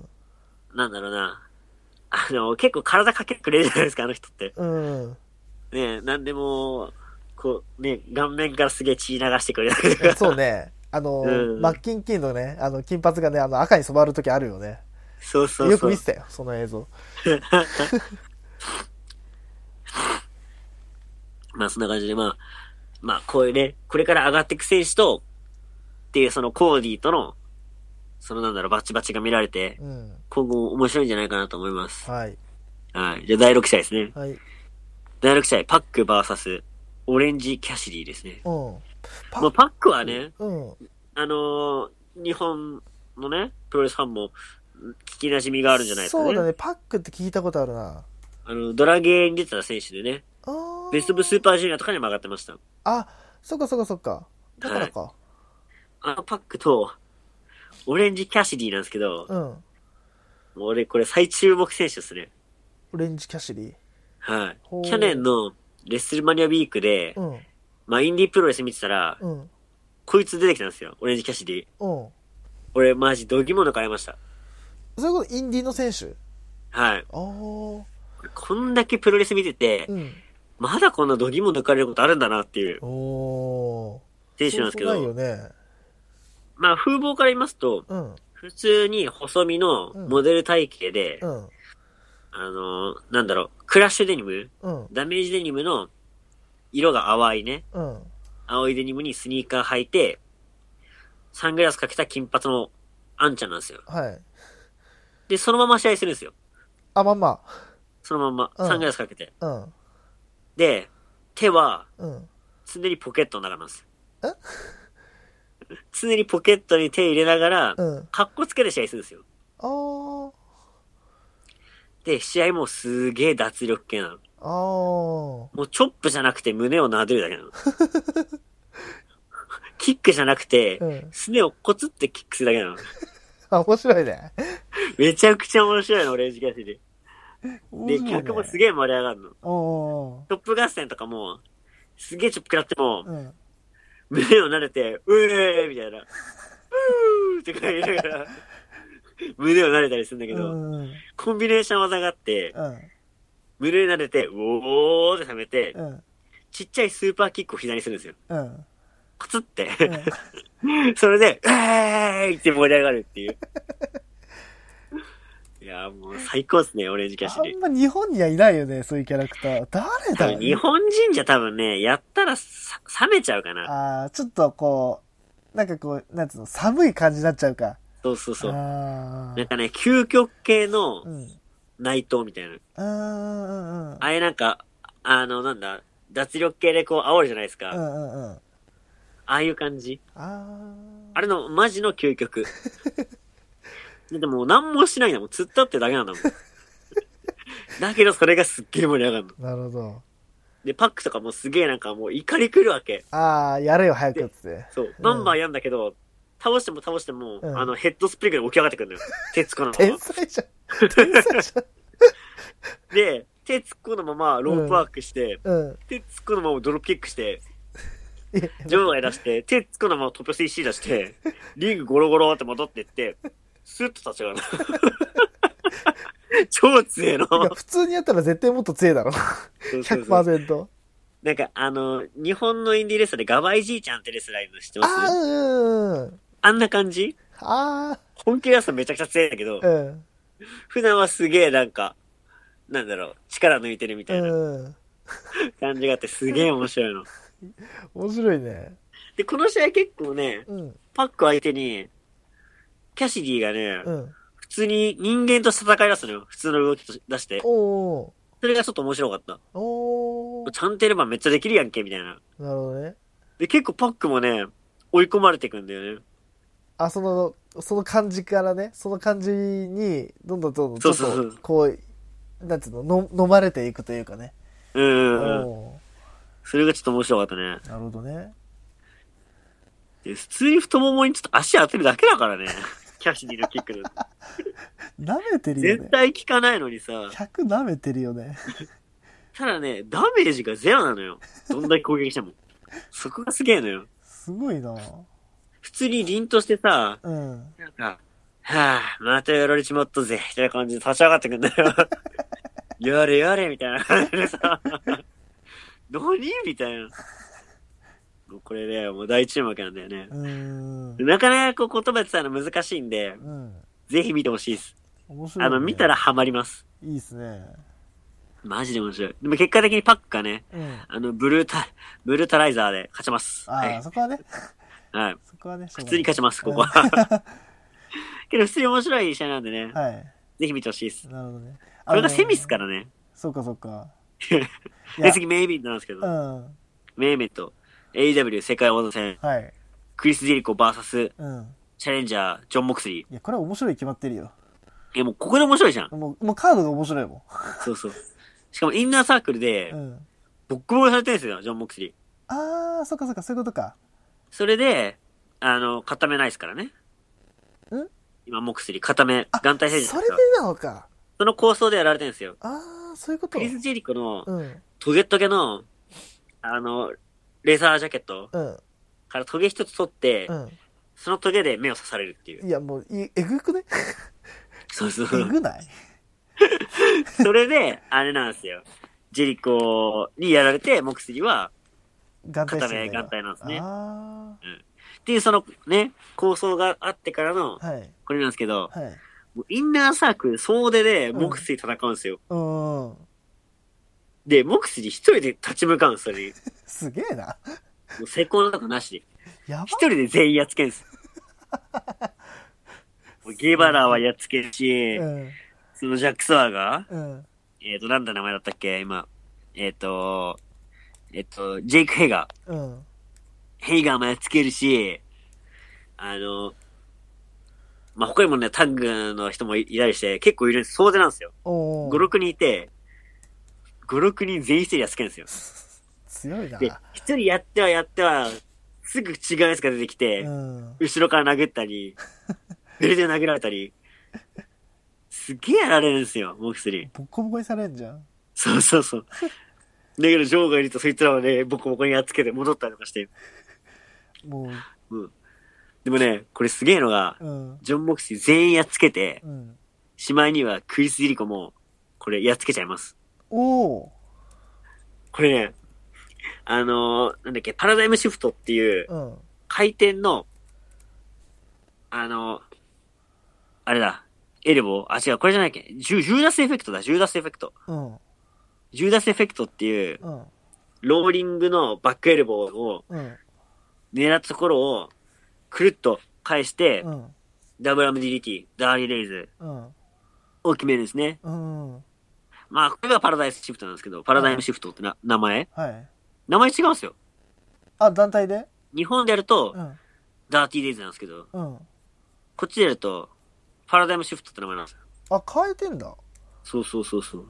なんだろうな。あの、結構体かけてくれるじゃないですか、あの人って。 うん。 ねなんでも、こう、ね、顔面からすげえ血流してくれる。 そうね。あの、 うんマッキンキーのね、あの、金髪がね、あの、赤に染まるときあるよね。 そうそうそう。 よく見てたよ、その映像。 まあそんな感じで、まあ、まあこういうね、これから上がっていく選手と、っていうそのコーディとの、そのなんだろう、バチバチが見られて、 うん。 今後面白いんじゃないかなと思います。 はい。 はい。じゃあだいろく試合ですね。 はい。 だいろく試合、パック ブイエス オレンジキャシディですね。 うん。パもうパックはね、 うん。 あのー、日本のね、プロレスファンも聞き馴染みがあるんじゃないですかね。 そうだね、パックって聞いたことあるな。 あの、ドラゲーに出てた選手でね、 あーベストオブスーパージュニアとかにも上がってました。 あ、そっかそっかそっか。だからか。 はい、あのパックと、オレンジキャシディなんですけど、 うん。 もう俺これ最注目選手ですね。 オレンジキャシリー。 はい。 ほう去年のレッスルマニアウィークで、 うん。 まあインディープロレス見てたら、 うん。 こいつ出てきたんですよ。オレンジキャシディ。 うん。 俺マジドギモノ買いました。 そういうことインディーの選手？ はい。 ああ。 こんだけプロレス見てて、 うん。 まだこんなドギモ抜かれることあるんだなっていうおー。 選手なんですけど、 そうそうないよね。 まあ風貌から言いますと、 うん。 普通に細身のモデル体型で、 うん。 あのー、なんだろう、クラッシュデニム、 うん。 ダメージデニムの色が淡いね、 うん。 青いデニムにスニーカー履いて、サングラスかけた金髪のあんちゃんなんですよ。 はい。 で、そのまま試合するんですよ。 あ、まんま。 そのまま、 うんサングラスかけて。 うん。 で、手はうん。 常にポケットの中なんです。 え常にポケットに手入れながら、 うん。 カッコつけて試合するんですよ。 あー。 で、試合もすげえ脱力系なの。 あー。 もうチョップじゃなくて胸を撫でるだけなの。キックじゃなくて、 うんすねをコツってキックするだけなの。 あ、面白いね。 めちゃくちゃ面白いの、オレンジキャシで。で、 面白いね客もすげえ盛り上がるの。 おー。 トップ合戦とかも、すげえチョップ食らっても、 うん。 胸を撫でて、うえーみたいな。うーって言いながら、胸を撫でたりするんだけうど、 ん。うん。 コンビネーション技があって、胸撫でて、うおーって溜めて、 うん。 ちっちゃいスーパーキックを膝にするんですよ。 うん。 コツって。 うん。 それで、えーって盛り上がるっていう。いやーもう最高っすね、オレンジキャシであん。ま日本にはいないよね、そういうキャラクター。誰多だ分日本人じゃ多分ね、やったらさ冷めちゃうかな。 あー、ちょっとこう、なんかこう、なんつうの、寒い感じになっちゃうか。 そうそうそう。 あー。 なんかね、究極系のうん。 内藤みたいな。 うんうんうん。 あれなんか、あの、なんだ、脱力系でこう煽るじゃないですか。 うんうんうん。 ああいう感じ。 ああれのマジの究極。でも何もしないんだもん。突っ立ってるだけなんだもん。だけどそれがすっげえ盛り上がるの。 ー。なるほど。 で、パックとかもすげえなんかもう怒り来るわけ。 あー、やれよ、早くっつって。 そう。バンバンやんだけど、倒しても倒しても、 うんあの、ヘッドスプリングで起き上がってくるのよ。手つこのま天ま。 才じゃん。天才じゃん。 で、手つっこのままロープワークして、 うん。 手つっこのままドロップキックして、 いや場外出して、手つっこのままトップ シーシー 出して、リングゴロゴロって戻ってって、スッと立ち上がる。超強えの。 いや普通にやったら絶対もっと強いだろ。 そうそうそうひゃくパーセント。 なんか、あの、日本のインディーレスラーでガバイじいちゃんってレスラーいるの知ってますあー、うんうん。 あんな感じあ本気出すとめちゃくちゃ強いんだけど、 ー、うん。 普段はすげえなんか、なんだろう、力抜いてるみたいなうん。 感じがあってすげえ面白いの。 面白いね。 で、この試合結構ね、 うん。 パック相手に、キャシディがね、 うん。 普通に人間と戦い出すのよ。普通の動きと出して。 おー。 それがちょっと面白かった。 おー。 ちゃんとやればめっちゃできるやんけ、みたいな。 なるほどね。 で、結構パックもね、追い込まれていくんだよね。 あ、その、その感じからね、その感じに、どんどんどんどん、ちょっそうそうそうと、こう、なんつうの、の飲まれていくというかね。 うんうんうん。 おそれがちょっと面白かったね。 ー。なるほどね。 で普通に太ももにちょっと足当てるだけだからね。キャシディのキックで。 舐めてるよね絶。対効かないのにさ。 ひゃく舐めてるよね。 ただね、ダメージがゼロなのよ。どんだけ攻撃しても。そこがすげえのよ。 すごいな。 普通に凛としてさ、 うん。 なんか、はぁ、またやられちまったぜ、みたいな感じで立ち上がってくんだよ。やれやれ、みたいな感じでさ、何みたいな。もうこれね、もう大注目なんだよね。 うーん。 なかなかこう言葉で伝えるの難しいんで、 うん。 ぜひ見てほしいです。 面白い、ね。 あの、見たらハマります。 いいっすね。 マジで面白い。でも結果的にパックがね、 うん。 あの、ブルータ、ブルータライザーで勝ちます。 ああ、 はい。 そこはね。 はい。 そこはね。 普通に勝ちます、ここうんは。けど普通に面白い試合なんでね、 はい。 ぜひ見てほしいです。 なるほどね。 これがセミっすかからね。 そうかそうか。いで、 や次メインイベントなんですけど、 うん。 メインイベント、エーイーダブリュー 世界王座戦、 はい。 クリス・ジェリコ ブイエスうん。 チャレンジャー、ジョン・モクスリー。 いや、これは面白い決まってるよ。 いや、もうここで面白いじゃん。 もう、もうカードが面白いもん。 そうそう。しかもインナーサークルでう、ん。 ボッコボコにされてるんですよ、ジョン・モクスリー。 あー、そっかそっか、そういうことか。 それで、あの、固めないですからね。 ん今、モクスリー、固め、 あ、 眼帯戦術それでなのか。 その構想でやられてるんですよ。 あー、そういうこと。 クリス・ジェリコのうん。 トゲトゲの、あの、レザージャケットうん。 からトゲ一つ取って、 うん。 そのトゲで目を刺されるっていう。 いや、もう、いえぐくねそうそう。 えぐないそれで、あれなんですよ。ジェリコにやられて、モクスリーは、 眼帯固め眼帯なんですね。 あっていうそのね、構想があってからの、 ー。はい。 これなんですけど、 はい。 もうインナーサークル総出でうんモクスリー戦うんですよ。 うんうん。 で、モクスリー一人で立ち向かうんですよ、それに。 すげえな。 もう成功のとこなしで。 やば一人で全員やっつけるんです。もうゲーバラーはやっつけるし、 うん。 そのジャック・ソアが、 うん。 えっ、ー、と、なんだ名前だったっけ今。えっ、ー、と、えっ、ー、と、ジェイク・ヘイガー。 うん。 ヘイガーもやっつけるし、あの、まあ、他にもね、タッグの人もいたりして、結構いるんです。総出なんですよ。 おーご、ろくにんいて、ご、ろくにん全員一人やっつけるんですよ。 強いな。 で、一人やってはやっては、すぐ違うやつが出てきて、 うん。 後ろから殴ったり、ベルで殴られたり、すげえやられるんですよ、モクスリー。 ボコボコにされんじゃん。 そうそうそう。だけど、ジョーがいるとそいつらはね、ボコボコにやっつけて戻ったりとかして。 もう、 うん。でもね、これすげえのが、 うん。 ジョン・モクスリー全員やっつけて、 うん。 しまいにはクリス・ジリコも、これやっつけちゃいます。 おー。 これね、あのー、なんだっけ、パラダイムシフトっていう、 うん。 回転の、あのー、あれだ、エルボーあ、違う、これじゃないっけ、ジュジューダスエフェクトだ、ジューダスエフェクト。 うん。 ジューダスエフェクトっていう、 うん。 ローリングのバックエルボーをうん。 狙ったところを、くるっと返して、 うん。 ダブルアムディリティ、ダーリーレイズうん。 を決めるんですね。 うん。 まあ、これがパラダイムシフトなんですけど、パラダイムシフトってな、名前はい。 名前違うんですよ。 あ、団体で日本でやると、 うん。 ダーティーレイズなんですけど、 うん。 こっちでやると、パラダイムシフトって名前なんですよ。 あ、変えてんだ。 そうそうそうそう。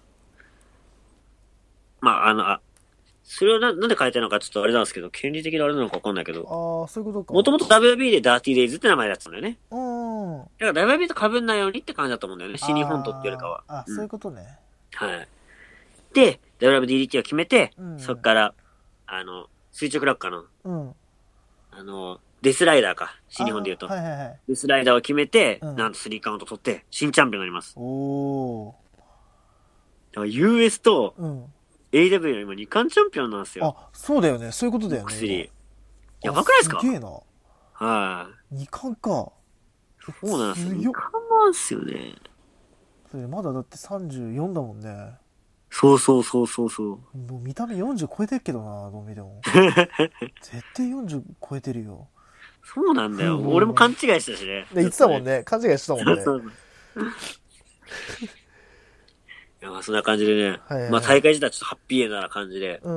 まあ、あの、あ、それをな、なんで変えたのかちょっとあれなんですけど、権利的なあれなのかわかんないけど、 ああ、そういうことか。 もともと ダブリュービー でダーティーレイズって名前だったんだよね。 うん。 だから ダブリュービー と被んないようにって感じだと思うんだよね。新日本とっていうよりかは。 あーあ、 うんそういうことね。 はい。で、ダブリュービー ディーディーティー を決めて、 うんそっから、あの、垂直落下の、 うん。 あの、デスライダーか。新日本で言うと。 あーはいはいはい。 デスライダーを決めて、 うんなんとスリーカウント取って、新チャンピオンになります。 おー。 だから ユーエス とうん。 エーイーダブリュー の今に冠チャンピオンなんですよ。 あ、そうだよね。そういうことだよね。 薬。 今やばくないですかあすげえな。 はい。 二冠か。 そうなんですよ。 強っ二冠なんですよね。 それまだだってさんじゅうよんだもんね。 そうそうそうそうそう。 もう見た目よんじゅう超えてるけどな、どう見ても。絶対よんじゅう超えてるよ。 そうなんだよ。 うん俺も勘違いしたしね。 で言ってたもんね。勘違いしてたもんね。 そうそうそう。いや、まあそんな感じでね。 はいはいはいまあ大会自体はちょっとハッピーエンドな感じで。 うん。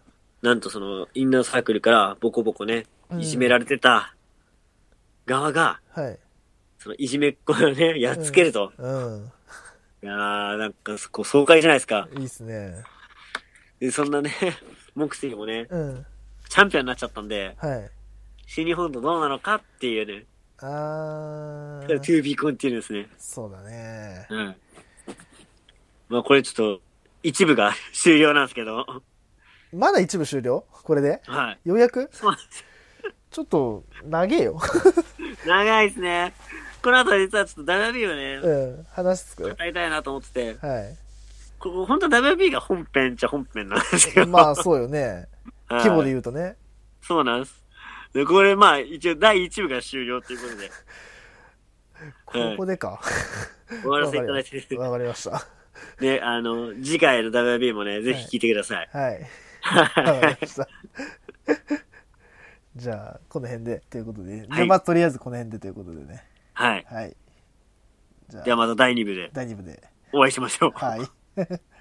なんとその、インナーサークルからボコボコね、 うんいじめられてた側が、 はい。 そのいじめっ子をね、やっつけると。 うん。 いやー、なんか、こう、爽快じゃないですか。 いいっすね。 で、そんなね、モクシーもね、 うん。 チャンピオンになっちゃったんで、 はい。 新日本とどうなのかっていうね、 あ to ー。 be continued ですね。 そうだね。 うん。まあこれちょっと、一部が終了なんですけど、 まだ一部終了これではい。 ようやくそうなんですちょっと、長えよ。 よ。長いですね。この後実はちょっと ダブリュービー をね、 うん。話つく語りたいなと思ってて、 はい。 ここ本当は ダブリュービー が本編っちゃ本編なんですけど。 まあ、そうよね。 はい規模で言うとね。 そうなんです。で、これまあ一応だいいち部が終了ということで、 ここでか。 終わらせていただいて、 わかりました。 で、あの、次回の ダブリュービー もね、ぜひ聞いてください。 はい。わかりました。じゃあ、この辺で、ということで。 はいで、まあ、とりあえずこの辺でということでね。 はい。 はい。じゃあ、 ではまただいに部でだいに部で。 お会いしましょう。 はい。